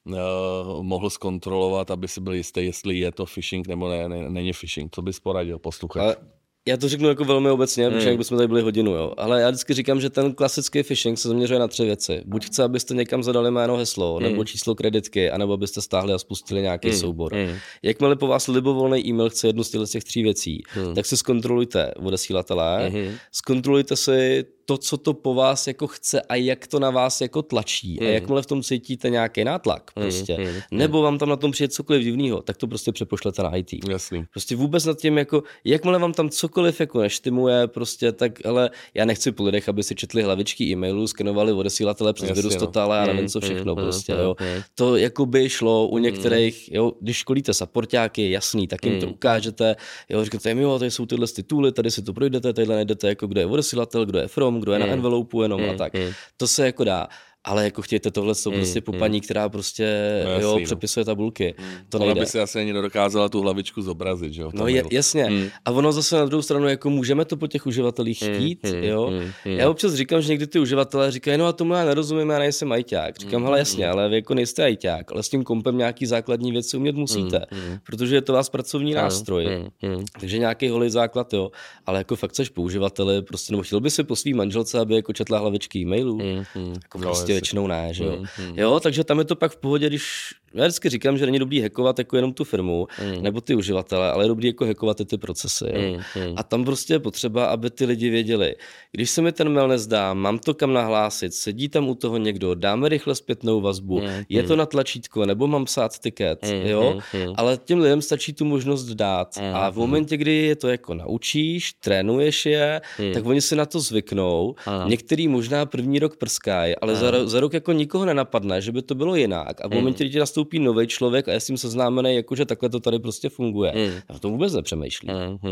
B: mohl zkontrolovat, aby si byl jistý, jestli je to phishing nebo není phishing? Co bys poradil posluchač?
A: Já to řeknu jako velmi obecně, protože jak bychom tady byli hodinu, jo. Ale já vždycky říkám, že ten klasický phishing se zaměřuje na 3 věci. Buď chce, abyste někam zadali jméno, heslo, nebo číslo kreditky, anebo abyste stáhli a spustili nějaký soubor. Jakmile po vás libovolný e-mail chce jednu z těch 3 věcí, tak si zkontrolujte odesílatele, zkontrolujte si to, co to po vás jako chce a jak to na vás jako tlačí. A jakmile v tom cítíte nějaký nátlak prostě, nebo vám tam na tom přijde cokoliv divného, tak to prostě přepošlete na IT.
B: Jasný.
A: Prostě vůbec nad tím jako, jakmile vám tam cokoliv jako neštimuje, prostě tak, ale já nechci po lidech, aby si četli hlavičky e-mailů, skenovali odesílatele přes Virus Total a nevím co všechno prostě, jo. To jako by šlo u některých, jo, když školíte supportáky, jasný, tak jim to ukážete, jo, říkáte jim, jo, tady jsou tyhle tituly, tady si to projdete, tadyhle najdete jako kdo je odesílatel, kdo je from, kdo je na envelopeu jenom a tak. To se jako dá. Ale jako chtějte tohle, jsou prostě pupaní, která prostě přepisuje tabulky. To nejde.
B: Ona by si asi ani nedokázala tu hlavičku zobrazit, že jo?
A: No jasně. A ono zase na druhou stranu, jako můžeme to po těch uživatelích chtít, jo? Já občas říkám, že někdy ty uživatelé říkají, no a tomu já nerozumím, já nejsem ajťák. Říkám, hele jasně, ale vy jako nejste ajťák, ale s tím kompem nějaký základní věci umět musíte, protože je to vás pracovní nástroj. Takže nějaký holý základ, jo. Ale jako fakt seš po uživateli, prostě, nebo chtěl by si po svý manželce, aby jako četla hlavičky e-mailů. Jako prostě většinou ne, že jo. Jo, takže tam je to pak v pohodě, když já vždycky říkám, že není dobrý hackovat jako jenom tu firmu nebo ty uživatele, ale je dobrý jako hackovat ty procesy. Jo. A tam prostě je potřeba, aby ty lidi věděli, když se mi ten mail nezdá, mám to kam nahlásit, sedí tam u toho někdo, dáme rychle zpětnou vazbu, je to na tlačítko, nebo mám psát tiket, jo, ale těm lidem stačí tu možnost dát. A v momentě, kdy je to jako naučíš, trénuješ je, tak oni si na to zvyknou. Některý možná první rok prskají, ale za rok jako nikoho nenapadne, že by to bylo jinak. A v momentě, kdy ti nastoupí nový člověk a je s tím seznámený, jako že takhle to tady prostě funguje. Já to vůbec nepřemýšlí.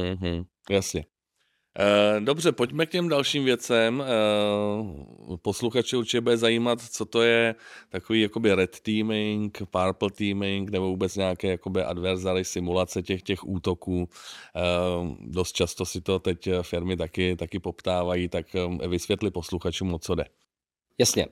B: Jasně. Dobře, pojďme k těm dalším věcem. Posluchače určitě bude zajímat, co to je takový jakoby red teaming, purple teaming, nebo vůbec nějaké jakoby adversary, simulace těch útoků. Dost často si to teď firmy taky poptávají, tak vysvětli posluchačům, o co jde.
A: Jasně.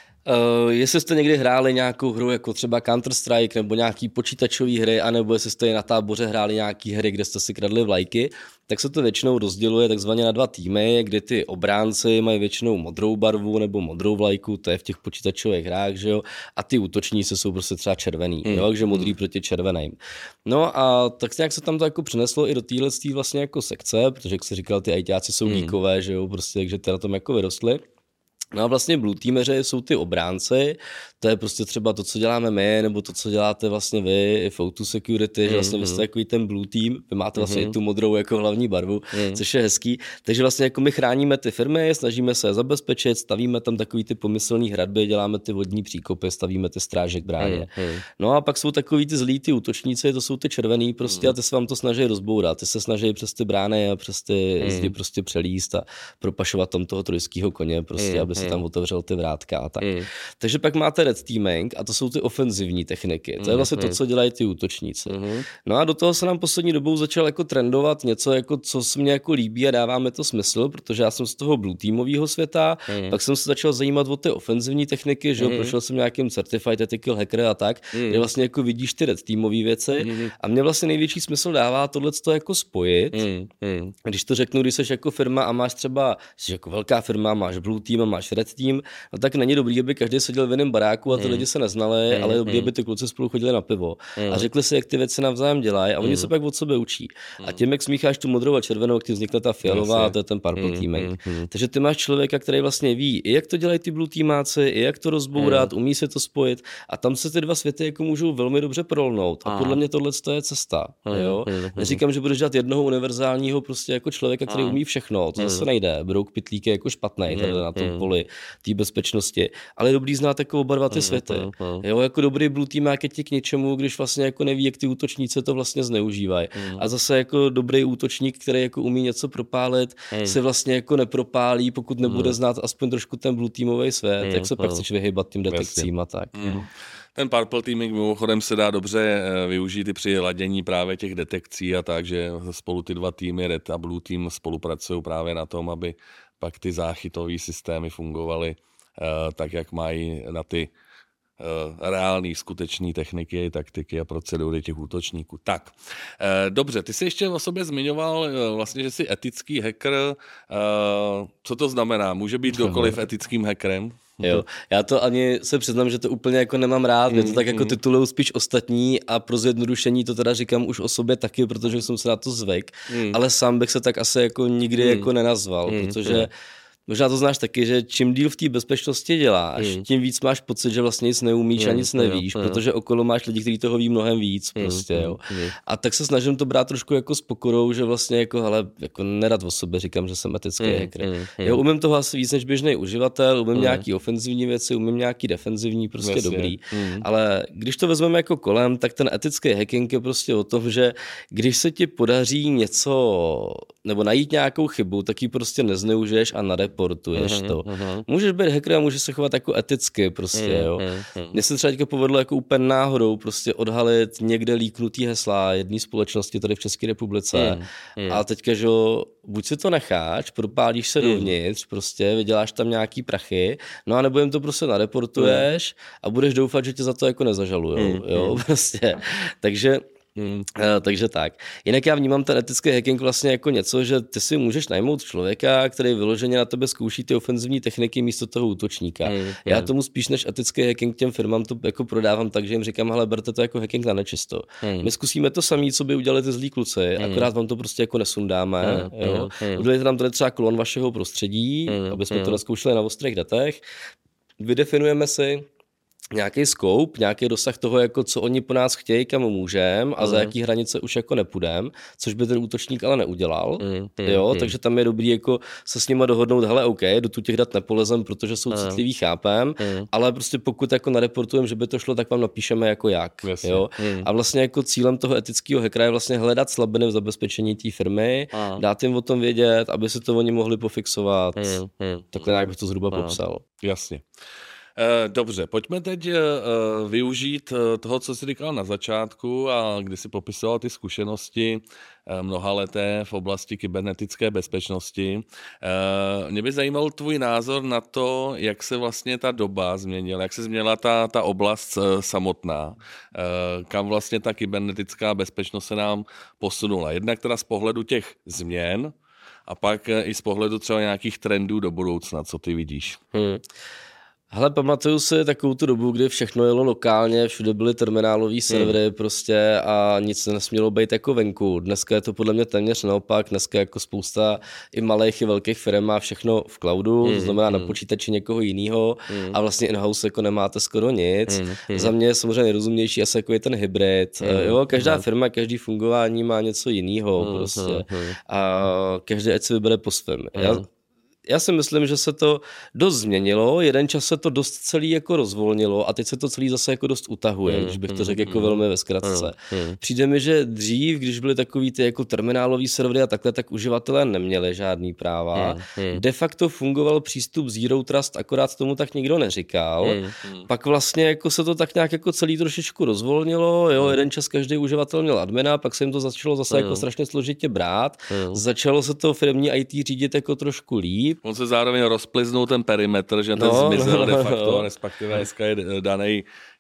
A: Jestli jste někdy hráli nějakou hru jako třeba Counter-Strike nebo nějaký počítačové hry, anebo jestli jste na táboře hráli nějaký hry, kde jste si kradli vlajky, tak se to většinou rozděluje takzvaně na 2 týmy, kdy ty obránci mají většinou modrou barvu nebo modrou vlajku, to je v těch počítačových hrách, že jo, a ty útočníci jsou prostě třeba červený, jo, takže modrý proti červeným. No a tak nějak se tam to jako přineslo i do téhle vlastně jako sekce, protože jak se říkal, ty ajťáci jsou geekové, že jo, prostě, takže ty na tom jako vyrostli. No a vlastně blue teameři jsou ty obránci, to je prostě třeba to, co děláme my, nebo to, co děláte vlastně vy v O2 Security, že vlastně vy jste takový ten blue team, vy máte vlastně i tu modrou jako hlavní barvu, což je hezký, takže vlastně jako my chráníme ty firmy, snažíme se je zabezpečit, stavíme tam takový ty pomyslný hradby, děláme ty vodní příkopy, stavíme ty stráže k bráně. No a pak jsou takový ty zlí ty útočníci, to jsou ty červený prostě a ty se vám to snaží rozbourat, ty se snaží přes ty brány a přes ty zdi prostě přelíst a propašovat tam toho trojského koně prostě, aby si tam otevřel ty vrátka a tak. Takže pak máte red teaming a to jsou ty ofenzivní techniky. To je vlastně to, co dělají ty útočníci. No a do toho se nám poslední dobou začal jako trendovat něco, jako, co se mně jako líbí a dává mi to smysl, protože já jsem z toho blue teamového světa, pak jsem se začal zajímat o ty ofenzivní techniky, že jo, prošel jsem nějakým certified ethical hacker a tak, kde vlastně jako vidíš ty red teamové věci a mě vlastně největší smysl dává tohleto jako spojit. Když to řeknu, když jsi jako firma a máš třeba, jsi jako velká firma, máš blue team a máš máš red team, no tak není dobrý, aby každý seděl v jiném baráku a ty lidi se neznali, ale je dobrý, aby ty kluci spolu chodili na pivo a řekli si, jak ty věci navzájem dělají a oni se pak od sebe učí. A tím, jak smícháš tu modrou a červenou, jak ti vznikne ta fialová, a to je ten purple teaming. Takže ty máš člověka, který vlastně ví, i jak to dělají ty blue teamáci, i jak to rozbourat, umí se to spojit a tam se ty dva světy jako můžou velmi dobře prolnout. A podle mě tohle je cesta. Jo? Neříkám, že budeš dělat jednoho univerzálního prostě jako člověka, který umí všechno. To zase nejde. Brouk Pytlík je jako špatný tady na tom poli té bezpečnosti. Ale je dobrý znát jako oba dva ty světy. Jo, jako dobrý blue teamák je ti k něčemu, když vlastně jako neví, jak ty útočníci to vlastně zneužívají. A zase jako dobrý útočník, který jako umí něco propálit, se vlastně jako nepropálí, pokud nebude znát aspoň trošku ten blue teamový svět, jak se pak chceš vyhybat tím detekcím a tak.
B: Ten purple teaming mimochodem se dá dobře využít i při ladění právě těch detekcí a tak, že spolu ty dva týmy, red a blue team, spolupracují právě na tom, aby pak ty záchytové systémy fungovaly tak, jak mají na ty reální, skutečné techniky, taktiky a procedury těch útočníků. Tak, dobře, ty jsi ještě o sobě zmiňoval vlastně, že jsi etický hacker. Co to znamená? Může být kdokoliv etickým hackerem?
A: Jo, já to ani se přiznám, že to úplně jako nemám rád, mě to tak jako titulují spíš ostatní a pro zjednodušení to teda říkám už o sobě taky, protože jsem se na to zvyk, ale sám bych se tak asi jako nikdy jako nenazval, protože možná to znáš taky, že čím díl v té bezpečnosti děláš, tím víc máš pocit, že vlastně nic neumíš a nic nevíš, protože okolo máš lidi, kteří toho ví mnohem víc prostě, jo. A tak se snažím to brát trošku jako s pokorou, že vlastně jako, hele, jako nerad o sobě říkám, že jsem etický hacker. Jo, umím toho asi víc než běžný uživatel, umím nějaký ofenzivní věci, umím nějaký defenzivní, prostě dobrý. Ale když to vezmeme jako kolem, tak ten etický hacking je prostě o tom, že když se ti podaří něco nebo najít nějakou chybu, tak ji prostě nezneužiješ a reportuješ to. Můžeš být hacker a můžeš se chovat jako eticky prostě, jo. Mně se třeba povedlo jako úplně náhodou prostě odhalit někde líknutý hesla jedné společnosti tady v České republice a teďka, že buď si to necháš, propálíš se dovnitř, prostě vyděláš tam nějaký prachy, no a nebo jim to prostě nareportuješ a budeš doufat, že tě za to jako nezažalujou, jo, prostě. Takže tak. Jinak já vnímám ten etický hacking vlastně jako něco, že ty si můžeš najmout člověka, který vyloženě na tebe zkouší ty ofenzivní techniky místo toho útočníka. Já tomu spíš než etický hacking těm firmám to jako prodávám tak, že jim říkám, hele, berte to jako hacking na nečisto. My zkusíme to samé, co by udělali ty zlí kluci, akorát vám to prostě jako nesundáme. Jo? Udělejte nám tady třeba klon vašeho prostředí, aby jsme to nezkoušeli na ostrých datech. Vydefinujeme si nějaký scope, nějaký dosah toho, jako co oni po nás chtějí, kam můžeme a za jaký hranice už jako nepůjdem, což by ten útočník ale neudělal, jo, takže tam je dobrý jako se s nima dohodnout, hele, OK, do tu těch dat nepolezem, protože jsou citlivý, chápem, ale prostě pokud jako nareportujeme, že by to šlo, tak vám napíšeme jako jak, jo. A vlastně jako cílem toho etického hackera je vlastně hledat slabiny v zabezpečení té firmy, dát jim o tom vědět, aby si to oni mohli pofixovat. Takhle nějak bych to zhruba popsal.
B: Jasně. Dobře, pojďme teď využít toho, co jsi říkal na začátku a kdy jsi popisoval ty zkušenosti mnohaleté v oblasti kybernetické bezpečnosti. Mě by zajímal tvůj názor na to, jak se vlastně ta doba změnila, jak se změnila ta oblast samotná, kam vlastně ta kybernetická bezpečnost se nám posunula. Jednak teda z pohledu těch změn a pak i z pohledu třeba nějakých trendů do budoucna, co ty vidíš.
A: Hele, pamatuju si takovou tu dobu, kdy všechno jelo lokálně, všude byly terminálový servery prostě a nic nesmělo být jako venku. Dneska je to podle mě téměř naopak, dneska jako spousta i malých i velkých firm má všechno v cloudu, to znamená na počítači někoho jiného a vlastně in-house jako nemáte skoro nic. Za mě je samozřejmě nejrozumnější asi jako je ten hybrid. Jo, každá firma, každý fungování má něco jiného prostě a každý ať si vybere po svém. Já si myslím, že se to dost změnilo, jeden čas se to dost celý jako rozvolnilo a teď se to celý zase jako dost utahuje, když bych to řekl jako velmi ve zkratce. Přijde mi, že dřív, když byly takový ty jako terminálový servery a takhle, tak uživatelé neměli žádný práva. De facto fungoval přístup Zero Trust, akorát tomu tak nikdo neříkal. Pak vlastně jako se to tak nějak jako celý trošičku rozvolnilo, jo, jeden čas každý uživatel měl admina, pak se jim to začalo zase jako strašně složitě brát. Začalo se to firmní IT řídit jako trošku líp.
B: On se zároveň rozpliznul ten perimetr, že ten zmizel de facto, respektive dneska je daný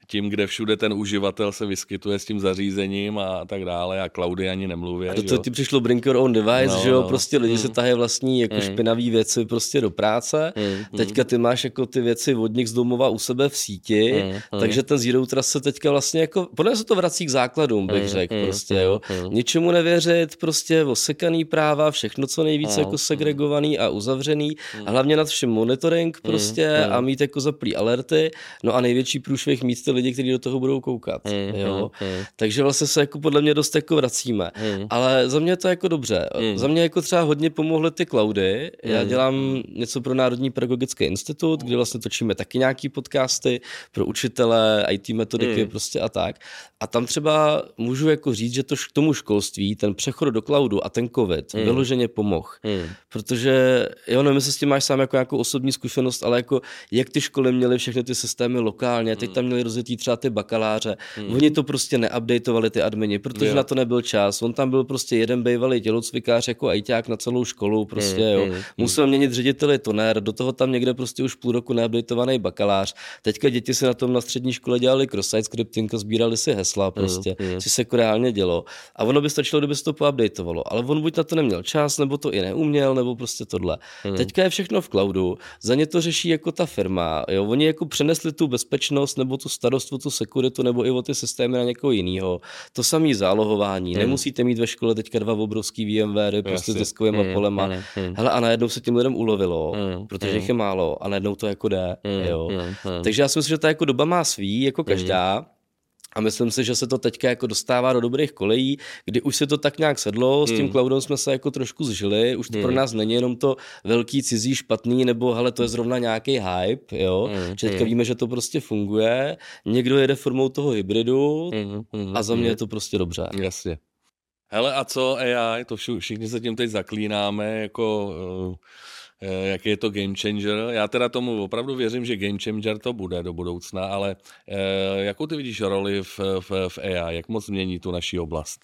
B: tím, kde všude ten uživatel se vyskytuje s tím zařízením a tak dále a cloudy ani nemluvě.
A: A do toho ti přišlo bring your own device, že jo, prostě lidi se tahají vlastní jako špinavý věci prostě do práce, teďka ty máš jako ty věci od nich z domova u sebe v síti, takže ten Zero Trust se teďka vlastně jako, podle mě se to vrací k základům, bych řekl, prostě jo, ničemu nevěřit, prostě osekaný práva, všechno co nejvíce jako segregovaný a uzavřený a hlavně nad všem monitoring prostě a mít jako zaplý alerty, no a největší průšvih mít ty lidi, kteří do toho budou koukat, jo. Takže vlastně se jako podle mě dost jako vracíme, ale za mě to jako dobře. Za mě jako třeba hodně pomohly ty cloudy. Já dělám něco pro Národní pedagogický institut, kde vlastně točíme taky nějaký podcasty pro učitele, IT metodiky prostě a tak. A tam třeba můžu jako říct, že to k tomu školství, ten přechod do cloudu a ten covid vyloženě pomohl. Protože, jo, nevím, jestli s tím máš sám jako nějakou osobní zkušenost, ale jako jak ty školy měly všechny ty systémy lokálně, teď tam měli rozjetý třeba ty bakaláře, oni to prostě neupdateovali ty admini, protože na to nebyl čas. On tam byl prostě jeden bývalý tělocvikář jako ajťák na celou školu, prostě jo. Musel měnit řediteli toner, do toho tam někde prostě už půl roku neupdateovaný bakalář. Teďka děti si na tom na střední škole dělali cross-site scripting a sbírali si hesla prostě, co se jako reálně dělo. A ono by stačilo, kdyby se to poupdateovalo, ale on buď na to neměl čas, nebo to i neuměl, nebo prostě tohle. Teďka je všechno v cloudu, za ně to řeší jako ta firma, jo. Oni jako přenesli tu bezpečnost nebo tu starost o tu sekuritu nebo i o ty systémy na někoho jiného. To samé zálohování. Nemusíte mít ve škole teďka 2 obrovský VMware prostě s diskovýma polema. Hele, a najednou se tím lidem ulovilo, protože jich je málo a najednou to jako jde, jo. Takže já si myslím, že ta jako doba má svý, jako každá. A myslím si, že se to teďka jako dostává do dobrých kolejí, kdy už se to tak nějak sedlo, s tím cloudem jsme se jako trošku zžili, už to pro nás není jenom to velký cizí špatný, nebo hele, to je zrovna nějaký hype, jo, že teďka víme, že to prostě funguje, někdo jede formou toho hybridu a za mě je to prostě dobře.
B: Jasně. Hele, a co AI, to všichni se tím teď zaklínáme, jako jaký je to game changer. Já teda tomu opravdu věřím, že game changer to bude do budoucna, ale jakou ty vidíš roli v AI, jak moc změní tu naši oblast?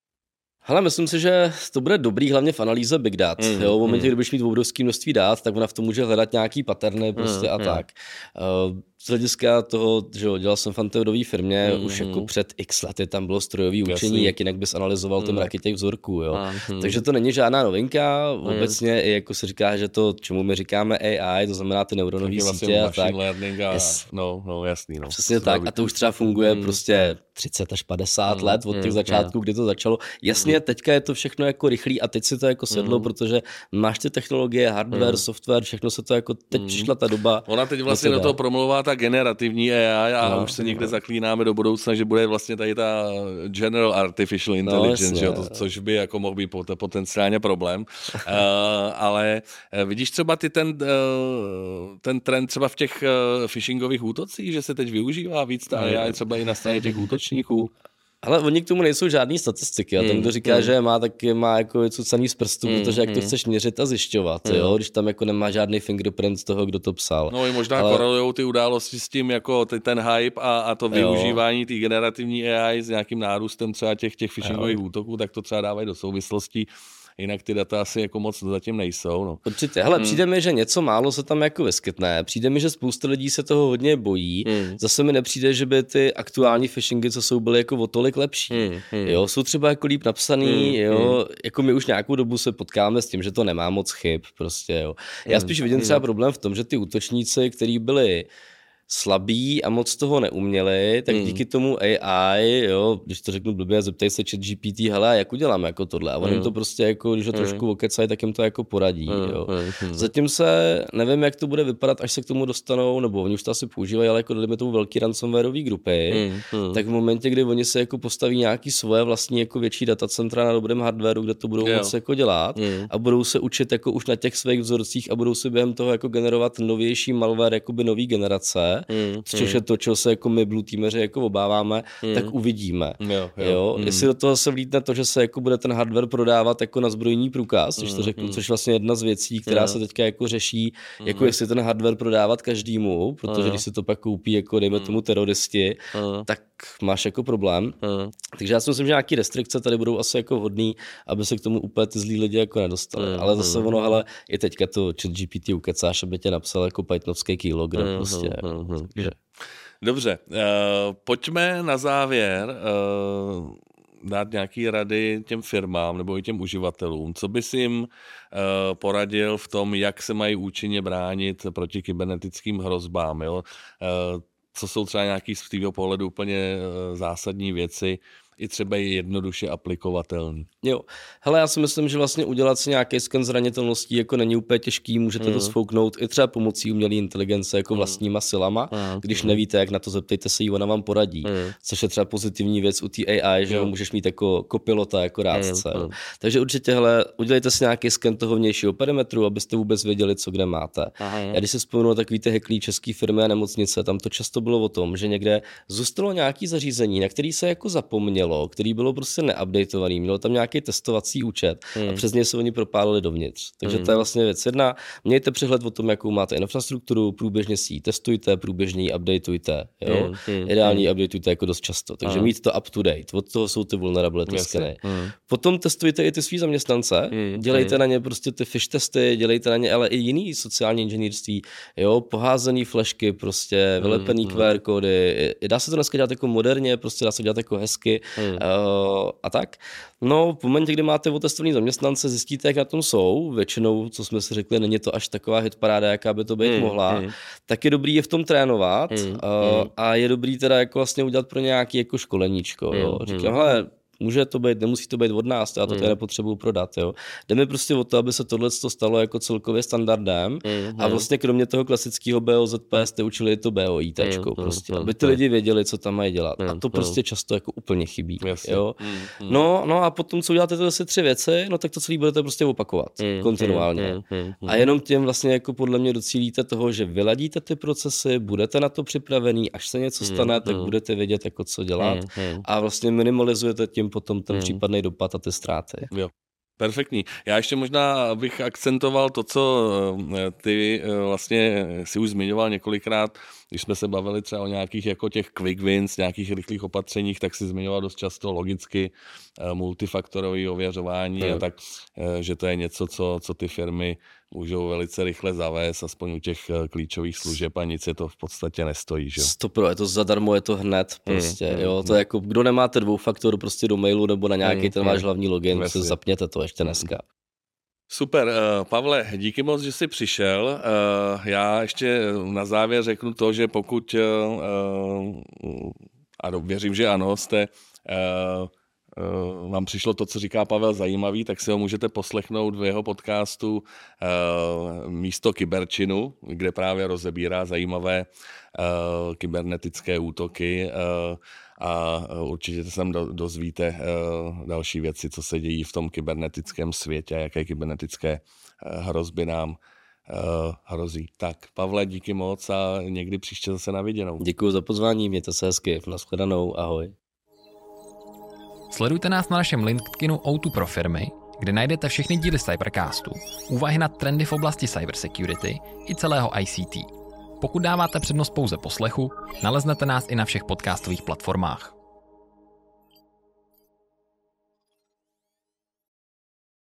A: Hele, myslím si, že to bude dobrý hlavně v analýze big dat. Jo, v momentě, kdy budeš mít obrovský množství dat, tak ona v tom může hledat nějaký paterny prostě a tak. Z hlediska toho, že jo, dělal jsem v Anteodové firmě, už jako před x lety tam bylo strojový učení, jak jinak bys analyzoval ty mraky těch vzorků, jo. Takže to není žádná novinka, obecně i jako se říká, že to, čemu my říkáme AI, to znamená ty neuronové sítě a tak.
B: No, jasný, no.
A: Přesně tak, a to už třeba funguje prostě 30 až 50 let od těch začátků, kdy to začalo. Jasně, teďka je to všechno jako rychlý a teď si to jako sedlo, protože máš ty technologie, hardware, software, všechno se to jako, teď přišla ta doba.
B: Ona teď vlastně do toho promlouvá ta generativní AI a už se někde zaklínáme do budoucna, že bude vlastně tady ta General Artificial Intelligence, že jo, což by jako mohl být potenciálně problém. Ale vidíš třeba ty ten trend třeba v těch phishingových útocích, že se teď využívá víc ta AI třeba i na straně těch útočníků?
A: Ale oni k tomu nejsou žádný statistiky a ten, kdo říká, že má, tak má jako cucaný z prstu, protože jak to chceš měřit a zjišťovat, jo, když tam jako nemá žádný fingerprint z toho, kdo to psal.
B: No i možná korelujou ty události s tím, jako ten hype a to využívání té generativní AI s nějakým nárůstem třeba těch phishingových útoků, tak to třeba dávají do souvislostí. Jinak ty data asi jako moc zatím nejsou. No.
A: Určitě. Hele, přijde mi, že něco málo se tam jako vyskytne. Přijde mi, že spousta lidí se toho hodně bojí. Zase mi nepřijde, že by ty aktuální phishingy, co jsou, byly jako o tolik lepší. Jo, jsou třeba jako líp napsaný, jo, jako my už nějakou dobu se potkáme s tím, že to nemá moc chyb, prostě, jo. Já spíš vidím třeba problém v tom, že ty útočníci, kteří byli slabí a moc toho neuměli, tak díky tomu AI, jo, když to řeknu blbě, zeptej se ChatGPT, hele, jak udělám jako tohle. A on jim to prostě jako, když ho trošku okecají, tak jim to jako poradí, jo. Zatím se, nevím, jak to bude vypadat, až se k tomu dostanou, nebo oni už to asi používají, ale jako dali tomu velký ransomwareový grupy, tak v momentě, kdy oni se jako postaví nějaký svoje vlastní jako větší datacentra na dobrém hardwareu, kde to budou moc jako dělat a budou se učit jako už na těch svých vzorcích a budou si během toho jako generovat novější malware, jakoby nový generace, což je to, čeho se jako my blue teameři jako obáváme, tak uvidíme. Jo. Jestli do toho se vlítne to, že se jako bude ten hardware prodávat jako na zbrojní průkaz, což to řeknu, což vlastně jedna z věcí, která se teďka jako řeší, jako jestli ten hardware prodávat každému, protože když si to pak koupí jako dejme tomu teroristi, tak máš jako problém. Takže já si myslím, že nějaký restrikce tady budou asi jako hodný, aby se k tomu úplně ty zlí lidi jako nedostali. Ale zase ono, hele, i teďka to ChatGPT ukecáš, aby tě napsal jako pythonovský keylogger prostě.
B: Dobře, pojďme na závěr dát nějaký rady těm firmám nebo i těm uživatelům. Co bys jim poradil v tom, jak se mají účinně bránit proti kybernetickým hrozbám? Jo? Co jsou třeba nějaký z tvýho pohledu úplně zásadní věci, i třeba jednoduše aplikovatelný.
A: Jo, hele, já si myslím, že vlastně udělat si nějaký sken zranitelností jako není úplně těžký, můžete to sfouknout i třeba pomocí umělé inteligence jako vlastníma silama, když nevíte, jak na to, zeptejte se jí, ona vám poradí, což je třeba pozitivní věc u té AI, že můžeš mít jako kopilota, jako rádce. Takže určitě, hele, udělejte si nějaký sken toho vnějšího perimetru, abyste vůbec věděli, co kde máte. Já když si vzpomenu takový ty hacklí český firmy a nemocnice, tam to často bylo o tom, že někde zůstalo nějaký zařízení, na který se jako zapomnělo, který bylo prostě neupdatovaný, mělo tam nějaký testovací účet a přes něj se oni propálili dovnitř. Takže to je vlastně věc jedna. Mějte přehled o tom, jakou máte infrastrukturu, průběžně si ji testujte, průběžně ji updateujte. Jo? Ideálně ji updateujte jako dost často. Takže mít to up to date. Od toho jsou ty vulnerability skeny. Potom testujte i ty svý zaměstnance, dělejte na ně prostě ty fish testy, dělejte na ně ale i jiný sociální inženýrství, jo, poházený flashky, prostě vylepený QR kódy. Dá se to dneska dělat jako moderně, prostě dá se dělat jako hezky. A tak. No, v momentě, kdy máte otestovaný zaměstnance, zjistíte, jak na tom jsou. Většinou, co jsme si řekli, není to až taková hitparáda, jaká by to být mohla. Tak je dobrý je v tom trénovat a je dobrý teda jako vlastně udělat pro nějaký jako školeníčko. Jo. Říkám, hele, může to být, nemusí to být od nás, já to tady nepotřebuju prodat. Jo. Jde mi prostě o to, aby se tohle stalo jako celkově standardem a vlastně kromě toho klasického BOZP jste učili to BOIT, prostě, aby ty lidi věděli, co tam mají dělat. A to prostě často jako úplně chybí. Jo. No a potom, co uděláte zase 3 věci, no tak to celý budete prostě opakovat kontinuálně. A jenom tím vlastně jako podle mě docílíte toho, že vyladíte ty procesy, budete na to připravený, až se něco stane, tak budete vědět, jako co dělat a vlastně minimalizujete tím potom ten případný dopad a ty ztráty.
B: Jo. Perfektní. Já ještě možná bych akcentoval to, co ty vlastně si už zmiňoval několikrát, když jsme se bavili třeba o nějakých jako těch quick wins, nějakých rychlých opatřeních, tak si zmiňoval dost často logicky multifaktorové ověřování a tak, že to je něco, co ty firmy můžou velice rychle zavést, aspoň u těch klíčových služeb a nic je to v podstatě nestojí, že jo?
A: 100%, je to zadarmo, je to hned prostě, jo, to je jako, kdo nemáte dvoufaktor prostě do mailu nebo na nějaký ten váš hlavní login, se zapněte to ještě dneska.
B: Super, Pavle, díky moc, že jsi přišel. Já ještě na závěr řeknu to, že pokud, a věřím, že ano, vám přišlo to, co říká Pavel, zajímavý, tak si ho můžete poslechnout v jeho podcastu Místo kyberčinu, kde právě rozebírá zajímavé kybernetické útoky a určitě se tam dozvíte další věci, co se dějí v tom kybernetickém světě a jaké kybernetické hrozby nám hrozí. Tak, Pavle, díky moc a někdy příště zase na viděnou.
A: Děkuji za pozvání, mějte se hezky, nashledanou, ahoj.
C: Sledujte nás na našem LinkedInu O2 pro firmy, kde najdete všechny díly Cybercastu, úvahy nad trendy v oblasti cybersecurity i celého ICT. Pokud dáváte přednost pouze poslechu, naleznete nás i na všech podcastových platformách.